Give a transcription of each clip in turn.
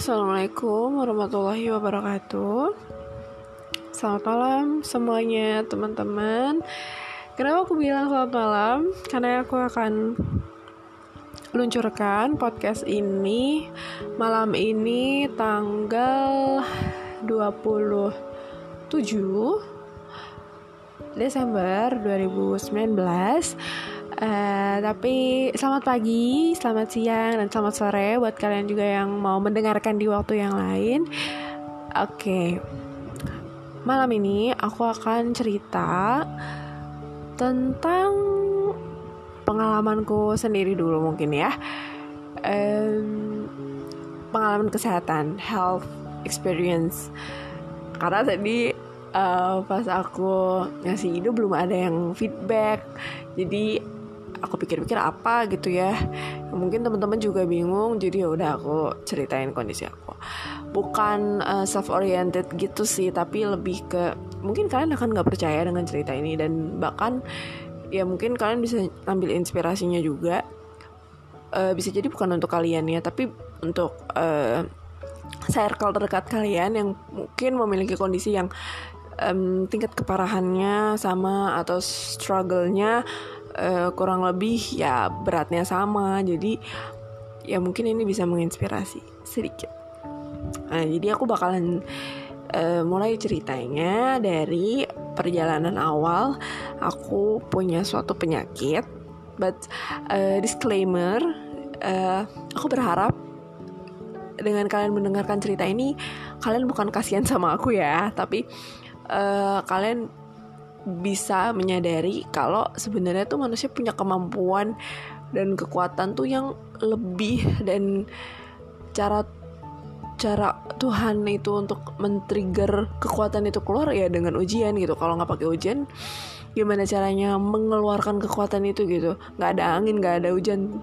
Assalamualaikum warahmatullahi wabarakatuh. Selamat malam semuanya teman-teman. Kenapa aku bilang selamat malam? Karena aku akan luncurkan podcast ini malam ini tanggal 27 Desember 2019. Tapi selamat pagi, selamat siang, dan selamat sore buat kalian juga yang mau mendengarkan di waktu yang lain. Oke. Malam ini aku akan cerita tentang pengalamanku sendiri dulu mungkin ya. Pengalaman kesehatan, health experience. Karena tadi pas aku ngasih ide belum ada yang feedback. Jadi aku pikir-pikir apa gitu ya. Mungkin teman-teman juga bingung. Jadi ya udah aku ceritain kondisi aku. Bukan self-oriented gitu sih, tapi lebih ke mungkin kalian akan nggak percaya dengan cerita ini, dan bahkan ya mungkin kalian bisa ambil inspirasinya juga. Bisa jadi bukan untuk kalian ya, tapi untuk circle terdekat kalian yang mungkin memiliki kondisi yang tingkat keparahannya sama atau struggle-nya kurang lebih ya beratnya sama. Jadi ya mungkin ini bisa menginspirasi sedikit. Nah, jadi aku bakalan mulai ceritanya dari perjalanan awal. Aku punya suatu penyakit, but disclaimer, aku berharap dengan kalian mendengarkan cerita ini, kalian bukan kasihan sama aku ya, tapi kalian bisa menyadari kalau sebenarnya tuh manusia punya kemampuan dan kekuatan tuh yang lebih, dan cara Tuhan itu untuk men-trigger kekuatan itu keluar ya dengan ujian gitu. Kalau nggak pakai ujian, gimana caranya mengeluarkan kekuatan itu gitu? Nggak ada angin, nggak ada hujan,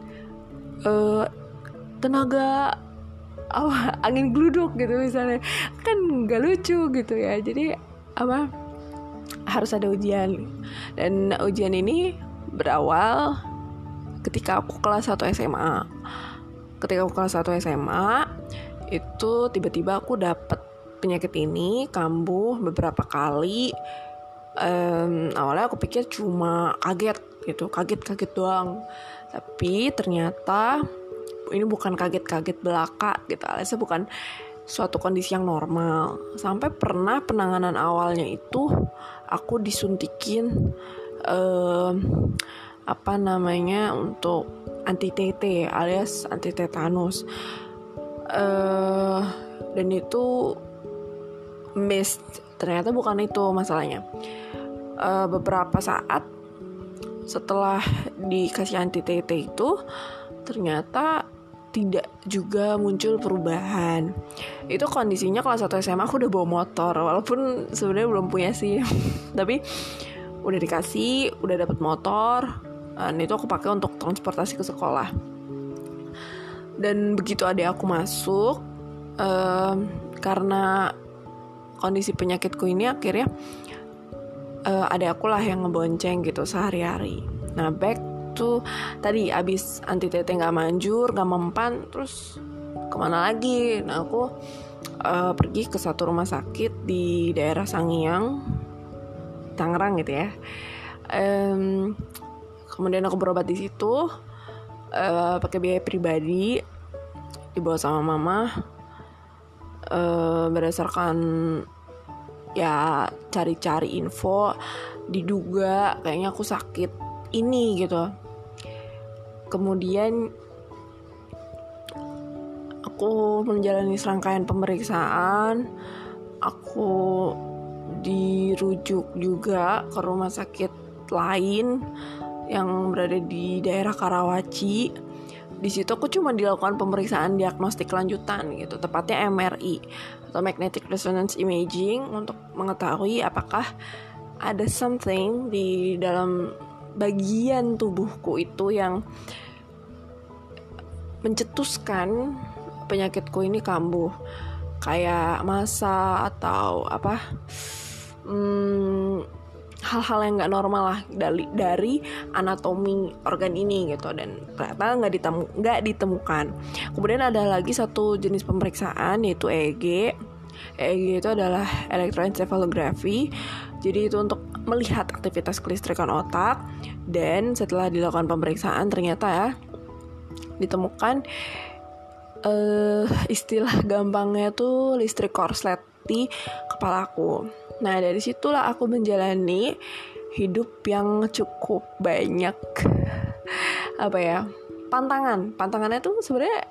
tenaga angin gluduk gitu misalnya, kan nggak lucu gitu ya. Jadi harus ada ujian. Dan ujian ini berawal ketika aku kelas 1 SMA. Ketika aku kelas 1 SMA itu tiba-tiba aku dapet penyakit ini, kambuh beberapa kali. Awalnya aku pikir cuma kaget doang, tapi ternyata ini bukan kaget belaka gitu, alias bukan suatu kondisi yang normal. Sampai pernah penanganan awalnya itu aku disuntikin untuk anti-TT alias anti-tetanus, dan itu missed. Ternyata bukan itu masalahnya. Beberapa saat setelah dikasih anti-TT itu ternyata tidak juga muncul perubahan. Itu kondisinya kelas 1 SMA aku udah bawa motor, walaupun sebenarnya belum punya sih. Tapi udah dikasih, udah dapet motor, dan itu aku pakai untuk transportasi ke sekolah. Dan begitu adik aku masuk, karena kondisi penyakitku ini akhirnya adik aku lah yang ngebonceng gitu sehari-hari. Nah, back tuh tadi abis anti-TT gak manjur, gak mempan, terus kemana lagi? Nah, aku pergi ke satu rumah sakit di daerah Sangiang, Tangerang gitu ya. Kemudian aku berobat di situ pakai biaya pribadi, dibawa sama mama, berdasarkan ya cari-cari info, diduga kayaknya aku sakit ini gitu. Kemudian aku menjalani serangkaian pemeriksaan. Aku dirujuk juga ke rumah sakit lain yang berada di daerah Karawaci. Di situ aku cuma dilakukan pemeriksaan diagnostik lanjutan gitu, tepatnya MRI atau Magnetic Resonance Imaging, untuk mengetahui apakah ada something di dalam bagian tubuhku itu yang mencetuskan penyakitku ini kambuh, kayak massa atau hal-hal yang nggak normal lah dari anatomi organ ini gitu, dan ternyata nggak ditemukan. Kemudian ada lagi satu jenis pemeriksaan yaitu EEG. EEG itu adalah electroencephalography. Jadi itu untuk melihat aktivitas kelistrikan otak, dan setelah dilakukan pemeriksaan ternyata ya ditemukan istilah gampangnya tuh listrik korslet di kepalaku. Nah dari situlah aku menjalani hidup yang cukup banyak pantangannya tuh sebenarnya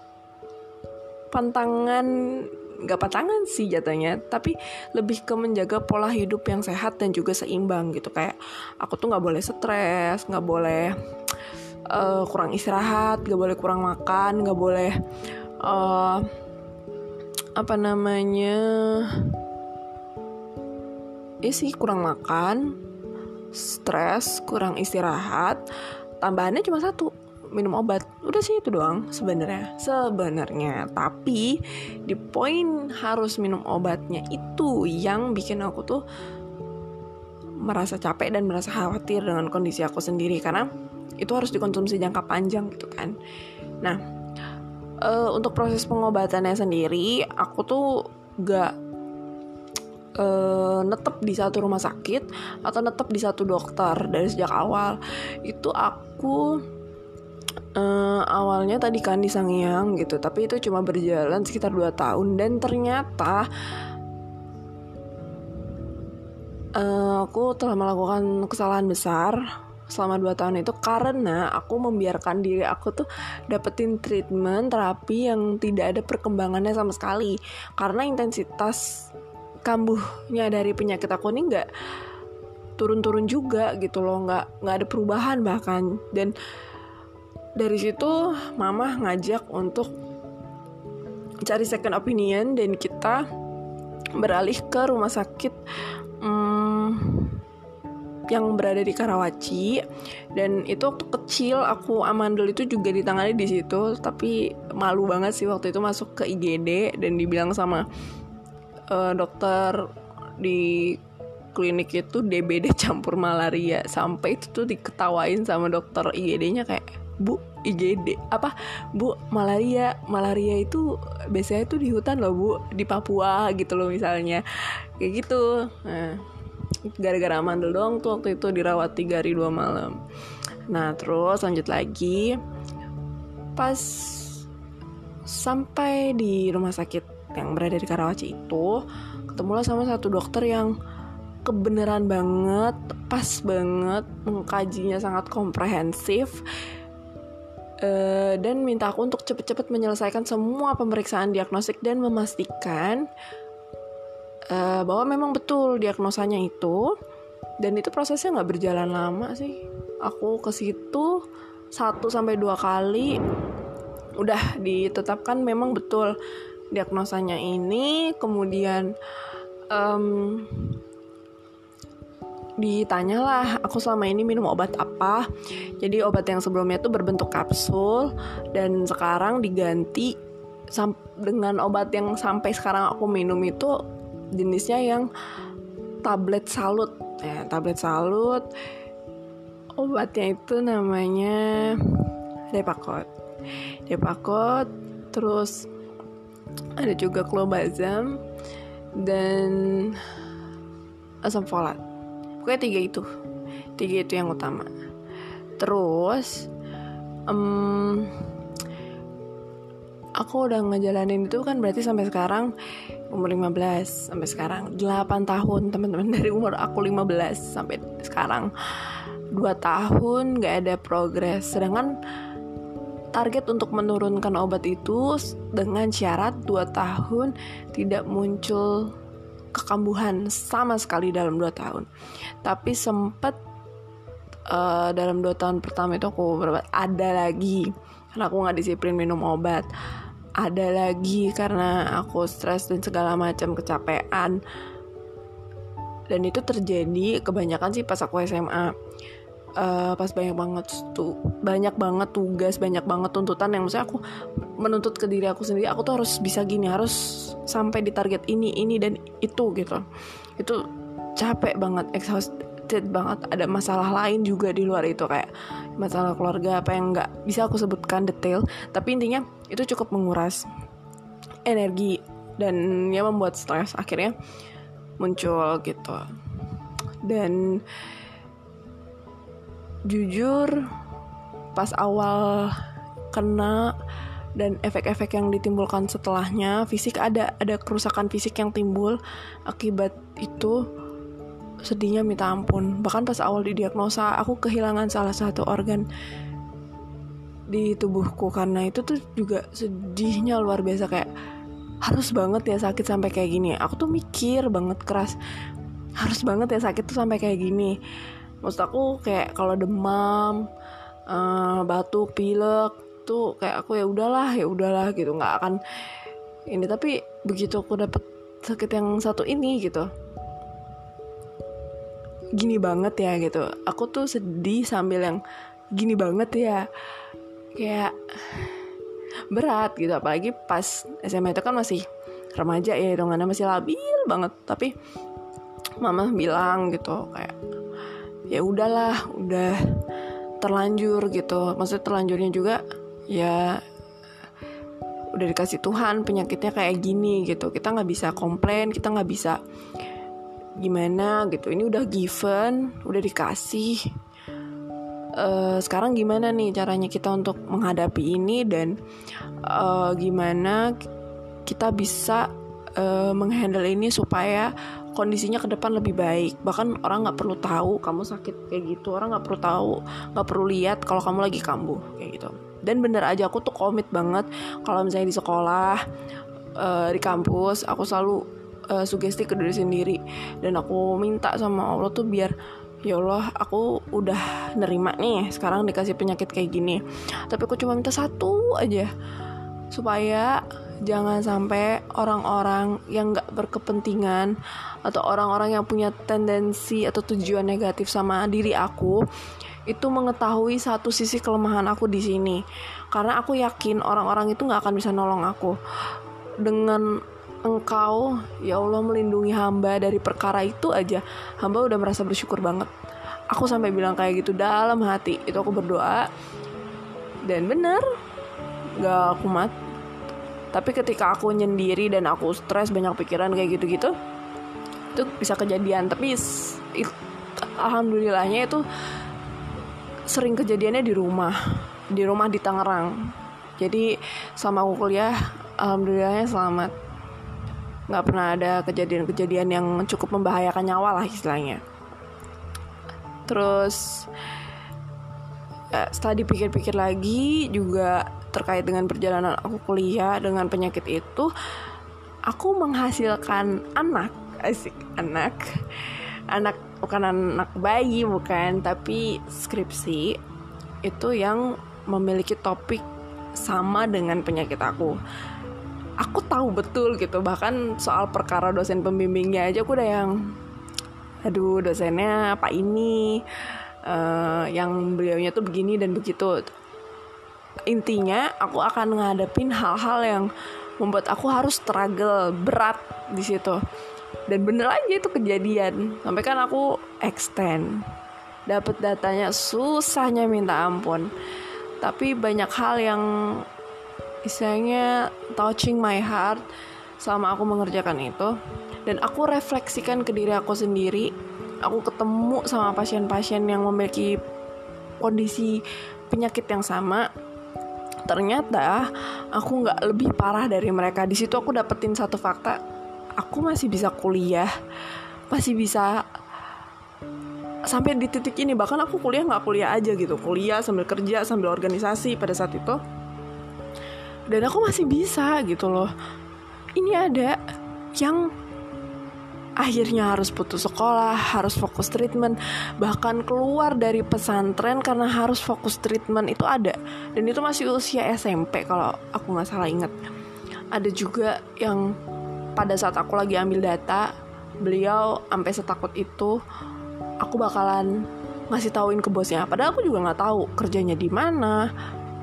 nggak pantangan sih jatuhnya, tapi lebih ke menjaga pola hidup yang sehat dan juga seimbang gitu. Kayak aku tuh nggak boleh stres, nggak boleh kurang istirahat, nggak boleh kurang makan, nggak boleh kurang makan, stres, kurang istirahat. Tambahannya cuma satu, minum obat. Udah sih itu doang sebenarnya. Tapi di poin harus minum obatnya itu yang bikin aku tuh merasa capek dan merasa khawatir dengan kondisi aku sendiri, karena itu harus dikonsumsi jangka panjang gitu kan. Nah untuk proses pengobatannya sendiri, aku tuh gak netep di satu rumah sakit atau netep di satu dokter dari sejak awal. Itu aku awalnya tadi kan di Sangiang gitu, tapi itu cuma berjalan sekitar 2 tahun, dan ternyata aku telah melakukan kesalahan besar selama 2 tahun itu, karena aku membiarkan diri aku tuh dapetin treatment terapi yang tidak ada perkembangannya sama sekali. Karena intensitas kambuhnya dari penyakit aku ini nggak turun-turun juga gitu loh, nggak ada perubahan bahkan. Dan dari situ mama ngajak untuk cari second opinion, dan kita beralih ke rumah sakit yang berada di Karawaci. Dan itu waktu kecil aku amandel itu juga ditangani di situ, tapi malu banget sih waktu itu masuk ke IGD dan dibilang sama dokter di klinik itu DBD campur malaria. Sampai itu tuh diketawain sama dokter IGD-nya kayak, Bu, IGD apa? Bu, malaria itu biasanya tuh di hutan loh, Bu, di Papua gitu loh misalnya. Kayak gitu. Nah, gara-gara amandel doang tuh waktu itu dirawat 3 hari 2 malam. Nah terus lanjut lagi, pas sampai di rumah sakit yang berada di Karawaci itu, ketemulah sama satu dokter yang kebenaran banget, pas banget, mengkajinya sangat komprehensif, dan minta aku untuk cepet-cepet menyelesaikan semua pemeriksaan diagnostik dan memastikan bahwa memang betul diagnosanya itu. Dan itu prosesnya nggak berjalan lama sih. Aku ke situ 1-2 kali udah ditetapkan memang betul diagnosanya ini. Kemudian ditanyalah aku selama ini minum obat apa. Jadi obat yang sebelumnya itu berbentuk kapsul, dan sekarang diganti dengan obat yang sampai sekarang aku minum itu jenisnya yang tablet salut. Tablet salut, obatnya itu namanya Depakote. Terus ada juga clobazam dan asam folat. Pokoknya 3 itu yang utama. Terus aku udah ngejalanin itu kan berarti sampai sekarang umur 15 sampai sekarang 8 tahun teman-teman. Dari umur aku 15 sampai sekarang 2 tahun gak ada progres. Sedangkan target untuk menurunkan obat itu dengan syarat 2 tahun tidak muncul kekambuhan sama sekali dalam 2 tahun. Tapi sempat dalam 2 tahun pertama itu aku ada lagi karena aku gak disiplin minum obat. Ada lagi karena aku stres dan segala macam, kecapean. Dan itu terjadi kebanyakan sih pas aku SMA. Pas banyak banget tugas, banyak banget tuntutan yang maksudnya aku menuntut ke diri aku sendiri, aku tuh harus bisa gini, harus sampai di target ini dan itu gitu. Itu capek banget, complicated banget, ada masalah lain juga di luar itu, kayak masalah keluarga apa yang nggak bisa aku sebutkan detail, tapi intinya itu cukup menguras energi dan ya membuat stres, akhirnya muncul gitu. Dan jujur pas awal kena dan efek-efek yang ditimbulkan setelahnya, fisik ada kerusakan fisik yang timbul akibat itu, sedihnya minta ampun. Bahkan pas awal didiagnosa aku kehilangan salah satu organ di tubuhku, karena itu tuh juga sedihnya luar biasa, kayak harus banget ya sakit sampai kayak gini. Aku tuh mikir banget keras, harus banget ya sakit tuh sampai kayak gini. Maksud aku kayak kalau demam, batuk, pilek tuh kayak aku ya udahlah gitu, nggak akan ini. Tapi begitu aku dapet sakit yang satu ini gitu, gini banget ya gitu, aku tuh sedih sambil yang gini banget ya, kayak berat gitu. Apalagi pas SMA itu kan masih remaja ya, hitungannya masih labil banget. Tapi mama bilang gitu kayak ya udahlah, udah terlanjur gitu. Maksudnya terlanjurnya juga ya udah dikasih Tuhan penyakitnya kayak gini gitu, kita nggak bisa komplain, kita nggak bisa gimana gitu. Ini udah given, udah dikasih. Sekarang gimana nih caranya kita untuk menghadapi ini, dan gimana kita bisa menghandle ini supaya kondisinya ke depan lebih baik. Bahkan orang nggak perlu tahu kamu sakit kayak gitu, orang nggak perlu tahu, nggak perlu lihat kalau kamu lagi kambuh kayak gitu. Dan bener aja aku tuh komit banget kalau misalnya di sekolah, di kampus, aku selalu sugesti ke diri sendiri, dan aku minta sama Allah tuh biar ya Allah, aku udah nerima nih sekarang dikasih penyakit kayak gini, tapi aku cuma minta satu aja, supaya jangan sampai orang-orang yang gak berkepentingan atau orang-orang yang punya tendensi atau tujuan negatif sama diri aku itu mengetahui satu sisi kelemahan aku di sini. Karena aku yakin orang-orang itu gak akan bisa nolong aku. Dengan Engkau ya Allah melindungi hamba dari perkara itu aja, hamba udah merasa bersyukur banget. Aku sampai bilang kayak gitu dalam hati. Itu aku berdoa, dan bener gak kumat. Tapi ketika aku nyendiri dan aku stres, banyak pikiran kayak gitu-gitu, itu bisa kejadian. Tapi alhamdulillahnya itu sering kejadiannya di rumah di Tangerang. Jadi selama aku kuliah alhamdulillahnya selamat, nggak pernah ada kejadian-kejadian yang cukup membahayakan nyawa lah istilahnya. Terus setelah dipikir-pikir lagi juga terkait dengan perjalanan aku kuliah dengan penyakit itu, aku menghasilkan anak bukan anak bayi, bukan, tapi skripsi itu yang memiliki topik sama dengan penyakit aku. Aku tahu betul gitu, bahkan soal perkara dosen pembimbingnya aja aku udah yang aduh, dosennya Pak ini yang beliaunya tuh begini dan begitu. Intinya aku akan ngadepin hal-hal yang membuat aku harus struggle berat di situ. Dan bener aja itu kejadian. Sampai kan aku extend, dapet datanya susahnya minta ampun. Tapi banyak hal yang istilahnya touching my heart selama aku mengerjakan itu. Dan aku refleksikan ke diri aku sendiri. Aku ketemu sama pasien-pasien yang memiliki kondisi penyakit yang sama. Ternyata aku nggak lebih parah dari mereka. Di situ aku dapetin satu fakta, aku masih bisa kuliah, masih bisa sampai di titik ini. Bahkan aku kuliah nggak kuliah aja gitu, kuliah sambil kerja sambil organisasi pada saat itu, dan aku masih bisa gitu loh. Ini ada yang akhirnya harus putus sekolah, harus fokus treatment, bahkan keluar dari pesantren karena harus fokus treatment, itu ada. Dan itu masih usia SMP kalau aku nggak salah ingat. Ada juga yang pada saat aku lagi ambil data, beliau sampai setakut itu, aku bakalan ngasih tauin ke bosnya. Padahal aku juga nggak tahu kerjanya di mana,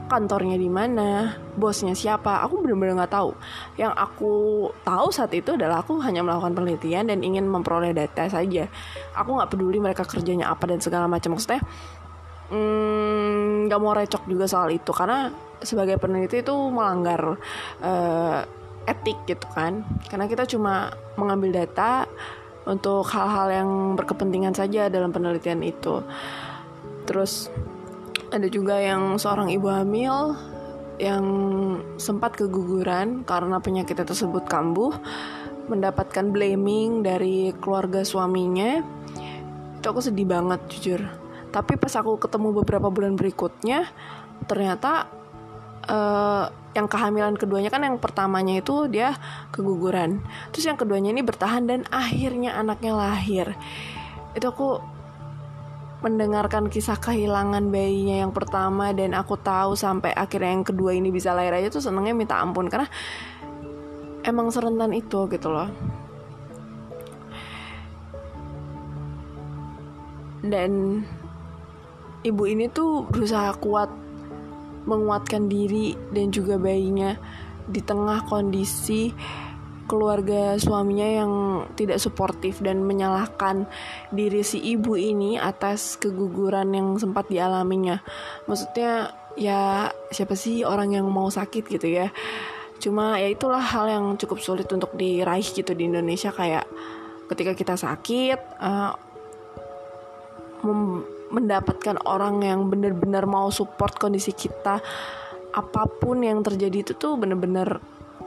kantornya di mana, bosnya siapa, aku benar-benar nggak tahu. Yang aku tahu saat itu adalah aku hanya melakukan penelitian dan ingin memperoleh data saja. Aku nggak peduli mereka kerjanya apa dan segala macam. Maksudnya nggak mau recok juga soal itu, karena sebagai peneliti itu melanggar etik gitu kan, karena kita cuma mengambil data untuk hal-hal yang berkepentingan saja dalam penelitian itu. Terus ada juga yang seorang ibu hamil yang sempat keguguran karena penyakitnya tersebut kambuh, mendapatkan blaming dari keluarga suaminya. Itu aku sedih banget jujur. Tapi pas aku ketemu beberapa bulan berikutnya, ternyata yang kehamilan keduanya kan, yang pertamanya itu dia keguguran, terus yang keduanya ini bertahan dan akhirnya anaknya lahir. Itu aku mendengarkan kisah kehilangan bayinya yang pertama, dan aku tahu sampai akhirnya yang kedua ini bisa lahir aja tuh senengnya minta ampun, karena emang serentan itu gitu loh. Dan ibu ini tuh berusaha kuat menguatkan diri dan juga bayinya di tengah kondisi keluarga suaminya yang tidak suportif dan menyalahkan diri si ibu ini atas keguguran yang sempat dialaminya. Maksudnya ya siapa sih orang yang mau sakit gitu ya. Cuma ya itulah hal yang cukup sulit untuk diraih gitu di Indonesia, kayak ketika kita sakit mendapatkan orang yang benar-benar mau support kondisi kita, apapun yang terjadi itu tuh benar-benar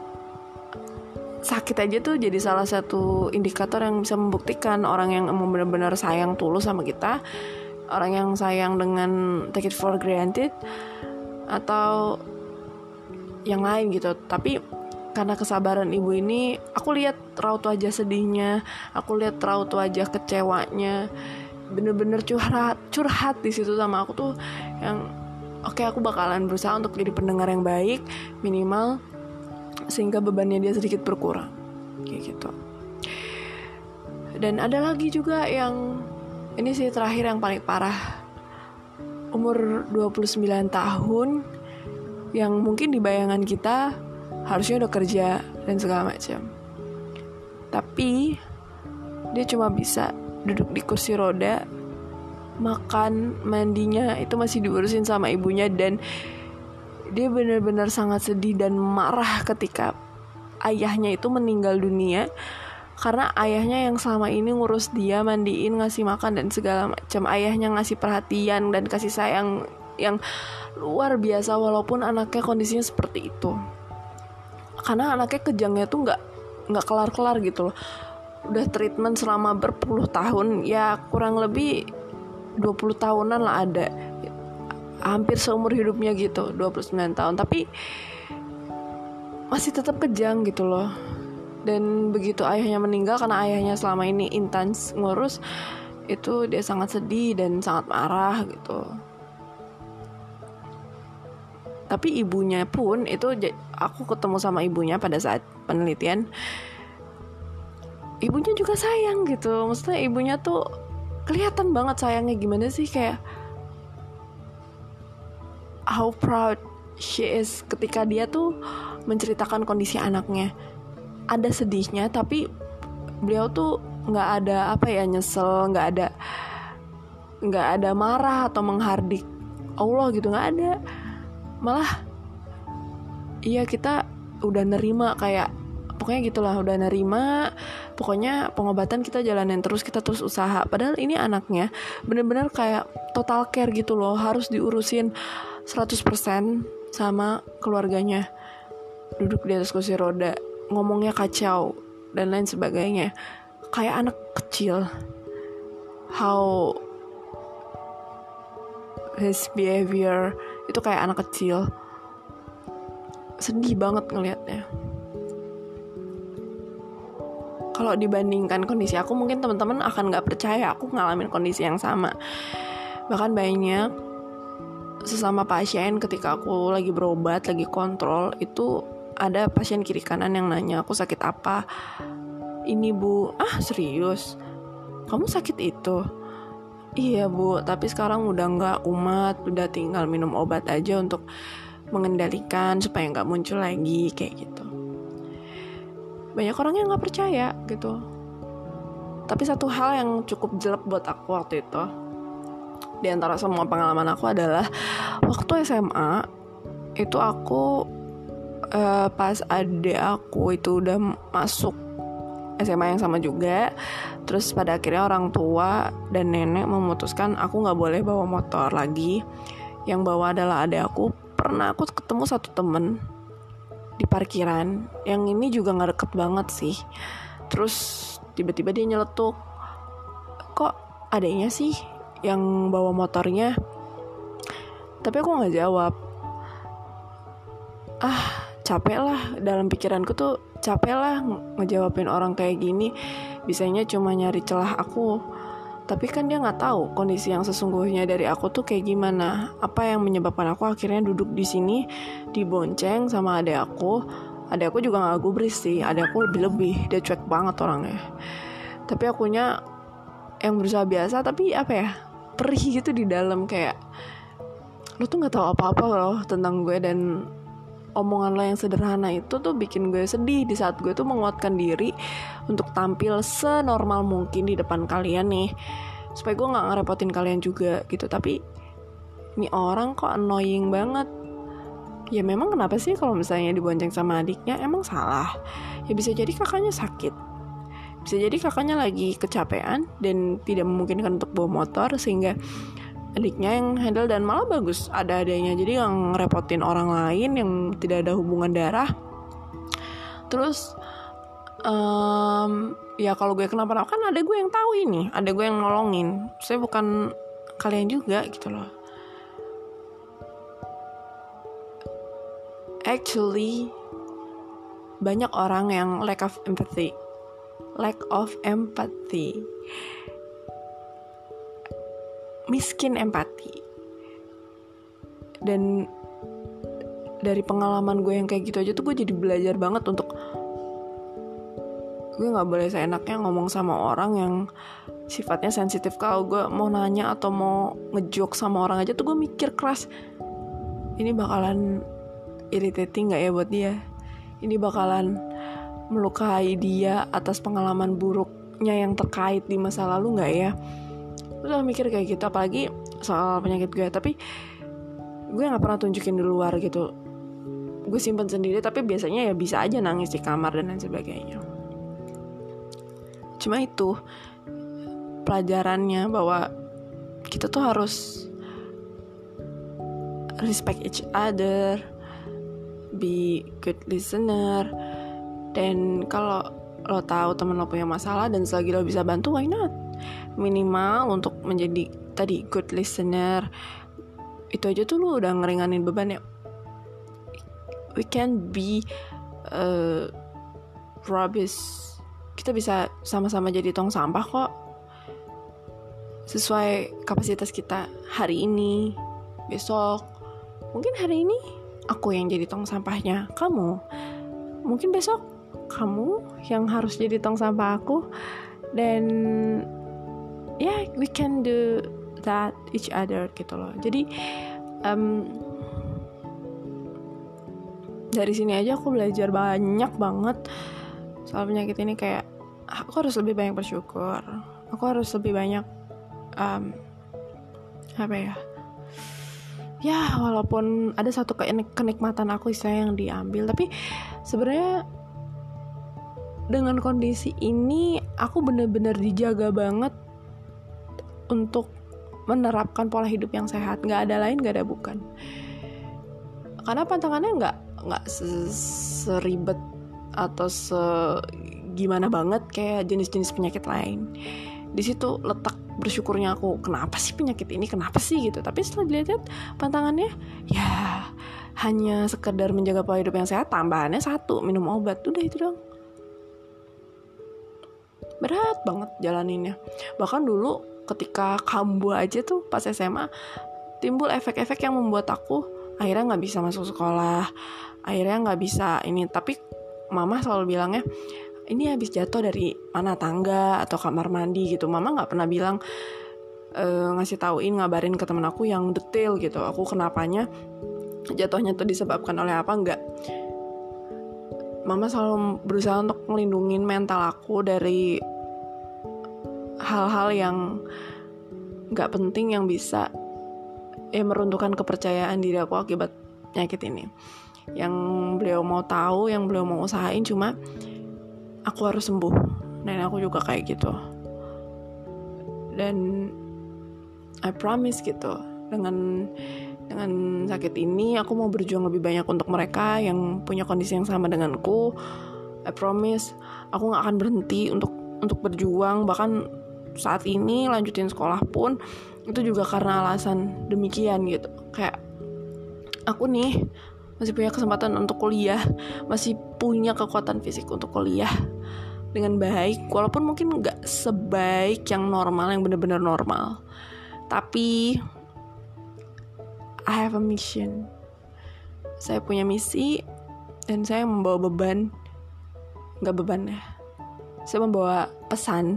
sakit aja tuh jadi salah satu indikator yang bisa membuktikan orang yang emang benar-benar sayang tulus sama kita, orang yang sayang dengan take it for granted atau yang lain gitu. Tapi karena kesabaran ibu ini, aku lihat raut wajah sedihnya, aku lihat raut wajah kecewanya, bener-bener curhat di situ sama aku tuh, yang oke, aku bakalan berusaha untuk jadi pendengar yang baik minimal, sehingga bebannya dia sedikit berkurang kayak gitu. Dan ada lagi juga yang ini sih terakhir yang paling parah, umur 29 tahun, yang mungkin di bayangan kita harusnya udah kerja dan segala macam, tapi dia cuma bisa duduk di kursi roda, makan, mandinya itu masih diurusin sama ibunya, dan dia benar-benar sangat sedih dan marah ketika ayahnya itu meninggal dunia, karena ayahnya yang selama ini ngurus dia, mandiin, ngasih makan dan segala macam, ayahnya ngasih perhatian dan kasih sayang yang luar biasa walaupun anaknya kondisinya seperti itu. Karena anaknya kejangnya tuh nggak kelar-kelar gitu loh. Udah treatment selama berpuluh tahun, ya kurang lebih 20 tahunan lah ada, hampir seumur hidupnya gitu, 29 tahun, tapi masih tetap kejang gitu loh. Dan begitu ayahnya meninggal, karena ayahnya selama ini intens ngurus, itu dia sangat sedih dan sangat marah gitu. Tapi ibunya pun itu, aku ketemu sama ibunya pada saat penelitian, ibunya juga sayang gitu. Maksudnya ibunya tuh kelihatan banget sayangnya gimana sih, kayak how proud she is ketika dia tuh menceritakan kondisi anaknya. Ada sedihnya, tapi beliau tuh nggak ada nyesel, nggak ada marah atau menghardik Allah gitu, nggak ada. Malah iya, kita udah nerima, kayak pokoknya gitulah, udah nerima, pokoknya pengobatan kita jalanin terus, kita terus usaha. Padahal ini anaknya bener-bener kayak total care gitu loh, harus diurusin 100% sama keluarganya. Duduk di atas kursi roda, ngomongnya kacau dan lain sebagainya, kayak anak kecil. How his behavior itu kayak anak kecil. Sedih banget ngelihatnya. Kalau dibandingkan kondisi aku, mungkin teman-teman akan gak percaya aku ngalamin kondisi yang sama. Bahkan banyak sesama pasien, ketika aku lagi berobat, lagi kontrol, itu ada pasien kiri kanan yang nanya, aku sakit apa? Ini bu, serius? Kamu sakit itu? Iya bu, tapi sekarang udah gak kumat, udah tinggal minum obat aja untuk mengendalikan supaya nggak muncul lagi kayak gitu. Banyak orang yang nggak percaya gitu. Tapi satu hal yang cukup jelek buat aku waktu itu, di antara semua pengalaman aku adalah waktu SMA itu aku pas adik aku itu udah masuk SMA yang sama juga. Terus pada akhirnya orang tua dan nenek memutuskan aku gak boleh bawa motor lagi. Yang bawa adalah adik aku. Pernah aku ketemu satu temen di parkiran, yang ini juga gak deket banget sih. Terus tiba-tiba dia nyeletuk, kok adiknya sih yang bawa motornya? Tapi aku gak jawab. Capek lah, dalam pikiranku tuh capek lah ngejawabin orang kayak gini. Bisanya cuma nyari celah aku. Tapi kan dia gak tahu kondisi yang sesungguhnya dari aku tuh kayak gimana. Apa yang menyebabkan aku akhirnya duduk di sini dibonceng sama adik aku. Adik aku juga gak gubris sih, adik aku lebih-lebih, dia cuek banget orangnya. Tapi akunya yang berusaha biasa, tapi apa ya, perih gitu di dalam, kayak lu tuh gak tahu apa-apa loh tentang gue. Dan omongan lo yang sederhana itu tuh bikin gue sedih di saat gue tuh menguatkan diri untuk tampil senormal mungkin di depan kalian nih, supaya gue gak ngerepotin kalian juga gitu. Tapi ini orang kok annoying banget. Ya memang kenapa sih kalau misalnya dibonceng sama adiknya, emang salah? Ya bisa jadi kakaknya sakit, bisa jadi kakaknya lagi kecapean dan tidak memungkinkan untuk bawa motor, sehingga adiknya yang handle. Dan malah bagus ada adanya, jadi yang ngerepotin orang lain yang tidak ada hubungan darah. Terus ya kalau gue kenapa-napa kan ada gue yang tahu ini, ada gue yang nolongin. Saya bukan kalian juga gitu loh. Actually banyak orang yang lack of empathy, miskin empati. Dan dari pengalaman gue yang kayak gitu aja tuh gue jadi belajar banget untuk gue gak boleh seenaknya ngomong sama orang yang sifatnya sensitif. Kalau gue mau nanya atau mau ngejoke sama orang aja tuh gue mikir keras, ini bakalan irritating gak ya buat dia, ini bakalan melukai dia atas pengalaman buruknya yang terkait di masa lalu gak ya. Gue selalu mikir kayak gitu, apalagi soal penyakit gue. Tapi gue gak pernah tunjukin di luar gitu, gue simpen sendiri. Tapi biasanya ya bisa aja nangis di kamar dan lain sebagainya. Cuma itu pelajarannya, bahwa kita tuh harus respect each other, be good listener. Dan kalau lo tahu temen lo punya masalah dan selagi lo bisa bantu, why not? Minimal untuk menjadi tadi good listener, itu aja tuh lo udah ngeringanin beban ya. We can be rubbish, kita bisa sama-sama jadi tong sampah kok, sesuai kapasitas kita hari ini. Besok mungkin hari ini aku yang jadi tong sampahnya kamu, mungkin besok kamu yang harus jadi tong sampah aku. Dan we can do that each other gitu loh. Jadi dari sini aja aku belajar banyak banget soal penyakit ini. Kayak aku harus lebih banyak bersyukur, aku harus lebih banyak walaupun ada satu kenikmatan aku istilahnya yang diambil, tapi sebenarnya dengan kondisi ini aku benar-benar dijaga banget untuk menerapkan pola hidup yang sehat. Nggak ada lain, nggak ada bukan. Karena pantangannya nggak seribet atau gimana banget kayak jenis-jenis penyakit lain. Di situ letak bersyukurnya aku. Kenapa sih penyakit ini? Kenapa sih gitu? Tapi setelah dilihat pantangannya, ya hanya sekedar menjaga pola hidup yang sehat. Tambahannya 1, minum obat. Udah itu doang. Berat banget jalaninnya. Bahkan dulu ketika kambuh aja tuh pas SMA, timbul efek-efek yang membuat aku akhirnya gak bisa masuk sekolah, akhirnya gak bisa ini. Tapi mama selalu bilangnya, ini habis jatuh dari mana tangga atau kamar mandi gitu. Mama nggak pernah bilang ngasih tauin, ngabarin ke temen aku yang detail gitu. Aku kenapanya jatuhnya tuh disebabkan oleh apa, enggak. Mama selalu berusaha untuk ngelindungin mental aku dari hal-hal yang gak penting yang bisa meruntuhkan kepercayaan diri aku akibat penyakit ini. Yang beliau mau tahu, yang beliau mau usahain cuma aku harus sembuh. Dan aku juga kayak gitu. Dan I promise gitu, dengan sakit ini aku mau berjuang lebih banyak untuk mereka yang punya kondisi yang sama denganku. I promise aku gak akan berhenti untuk berjuang. Bahkan saat ini lanjutin sekolah pun itu juga karena alasan demikian gitu. Kayak aku nih masih punya kesempatan untuk kuliah, masih punya kekuatan fisik untuk kuliah dengan baik, walaupun mungkin gak sebaik yang normal, yang benar-benar normal. Tapi I have a mission. Saya punya misi dan saya membawa beban. Gak beban ya, saya membawa pesan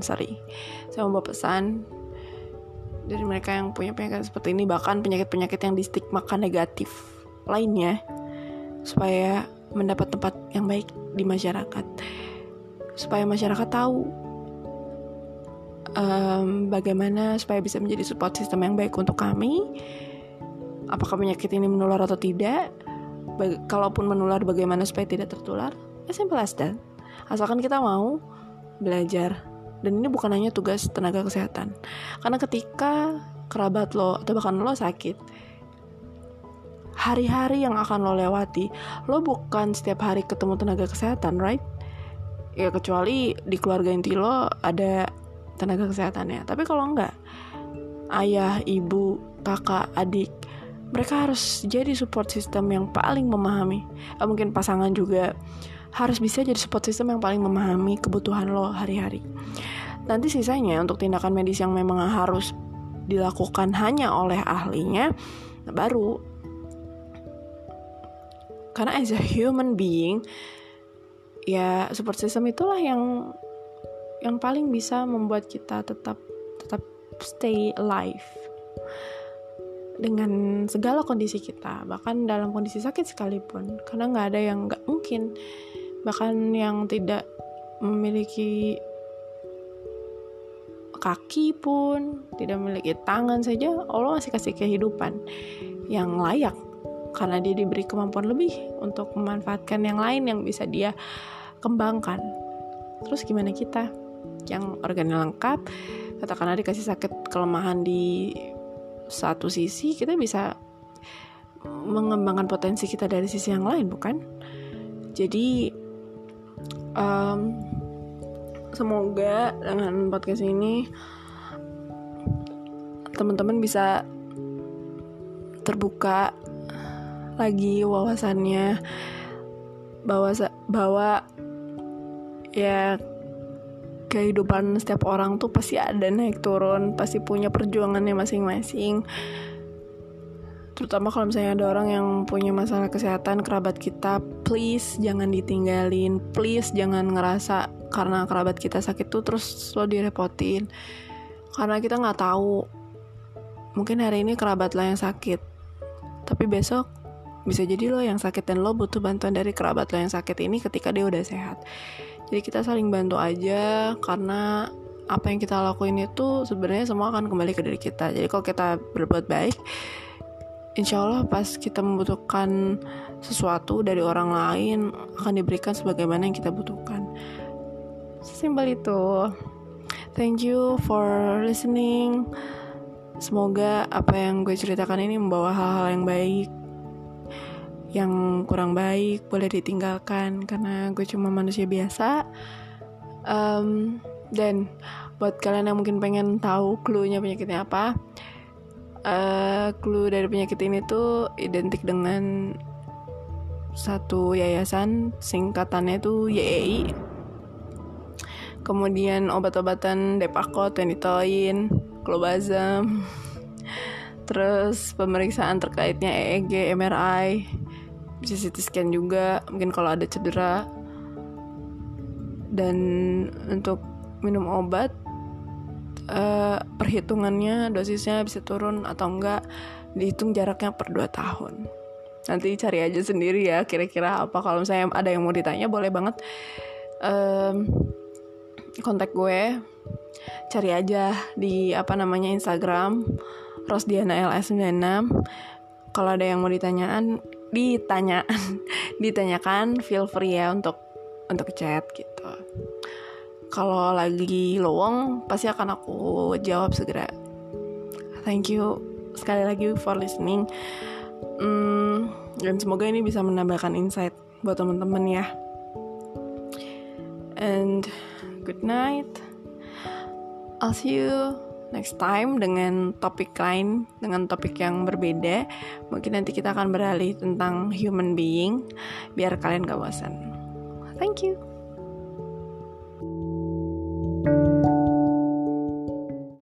dari mereka yang punya penyakit seperti ini, bahkan penyakit-penyakit yang distigmakan negatif lainnya, supaya mendapat tempat yang baik di masyarakat, supaya masyarakat tahu bagaimana supaya bisa menjadi support system yang baik untuk kami. Apakah penyakit ini menular atau tidak? Kalaupun menular, bagaimana supaya tidak tertular? As simple as that. Asalkan kita mau belajar. Dan ini bukan hanya tugas tenaga kesehatan. Karena ketika kerabat lo atau bahkan lo sakit, hari-hari yang akan lo lewati, lo bukan setiap hari ketemu tenaga kesehatan, right? Ya kecuali di keluarga inti lo ada tenaga kesehatannya. Tapi kalau enggak, ayah, ibu, kakak, adik, mereka harus jadi support system yang paling memahami. Mungkin pasangan juga harus bisa jadi support system yang paling memahami kebutuhan lo hari-hari. Nanti sisanya untuk tindakan medis yang memang harus dilakukan hanya oleh ahlinya, baru. Karena as a human being, ya support system itulah yang paling bisa membuat kita tetap stay alive dengan segala kondisi kita, bahkan dalam kondisi sakit sekalipun. Karena nggak ada yang nggak mungkin. Bahkan yang tidak memiliki kaki pun, tidak memiliki tangan saja, Allah masih kasih kehidupan yang layak karena dia diberi kemampuan lebih untuk memanfaatkan yang lain yang bisa dia kembangkan. Terus gimana kita yang organnya lengkap, katakanlah dikasih sakit kelemahan di satu sisi, kita bisa mengembangkan potensi kita dari sisi yang lain, bukan? Jadi semoga dengan podcast ini teman-teman bisa terbuka lagi wawasannya, bahwa ya kehidupan setiap orang tuh pasti ada naik turun, pasti punya perjuangannya masing-masing. Terutama kalau misalnya ada orang yang punya masalah kesehatan, kerabat kita, please jangan ditinggalin, please jangan ngerasa karena kerabat kita sakit tuh terus lo direpotin. Karena kita nggak tahu, mungkin hari ini kerabat lo yang sakit, tapi besok bisa jadi lo yang sakit dan lo butuh bantuan dari kerabat lo yang sakit ini ketika dia udah sehat. Jadi kita saling bantu aja, karena apa yang kita lakuin itu sebenarnya semua akan kembali ke diri kita. Jadi kalau kita berbuat baik, insya Allah pas kita membutuhkan sesuatu dari orang lain akan diberikan sebagaimana yang kita butuhkan. Sesimpel itu. Thank you for listening. Semoga apa yang gue ceritakan ini membawa hal-hal yang baik. Yang kurang baik boleh ditinggalkan, karena gue cuma manusia biasa. Dan buat kalian yang mungkin pengen tahu clue-nya penyakitnya apa, clue dari penyakit ini tuh identik dengan satu yayasan, singkatannya tuh YEI. Kemudian obat-obatan Depakote, Phenytoin, Clobazam. Terus pemeriksaan terkaitnya EEG, MRI, bisa CT scan juga, mungkin kalau ada cedera. Dan untuk minum obat, perhitungannya dosisnya bisa turun atau enggak dihitung jaraknya per 2 tahun. Nanti cari aja sendiri ya kira-kira apa. Kalau misalnya ada yang mau ditanya boleh banget kontak gue. Cari aja di Instagram Rosdiana LS96. Kalau ada yang mau ditanyakan feel free ya untuk chat gitu. Kalau lagi lowong pasti akan aku jawab segera. Thank you sekali lagi for listening. Dan semoga ini bisa menambahkan insight buat teman-teman ya. And good night. I'll see you next time dengan topik lain, dengan topik yang berbeda. Mungkin nanti kita akan beralih tentang human being biar kalian gak bosan. Thank you.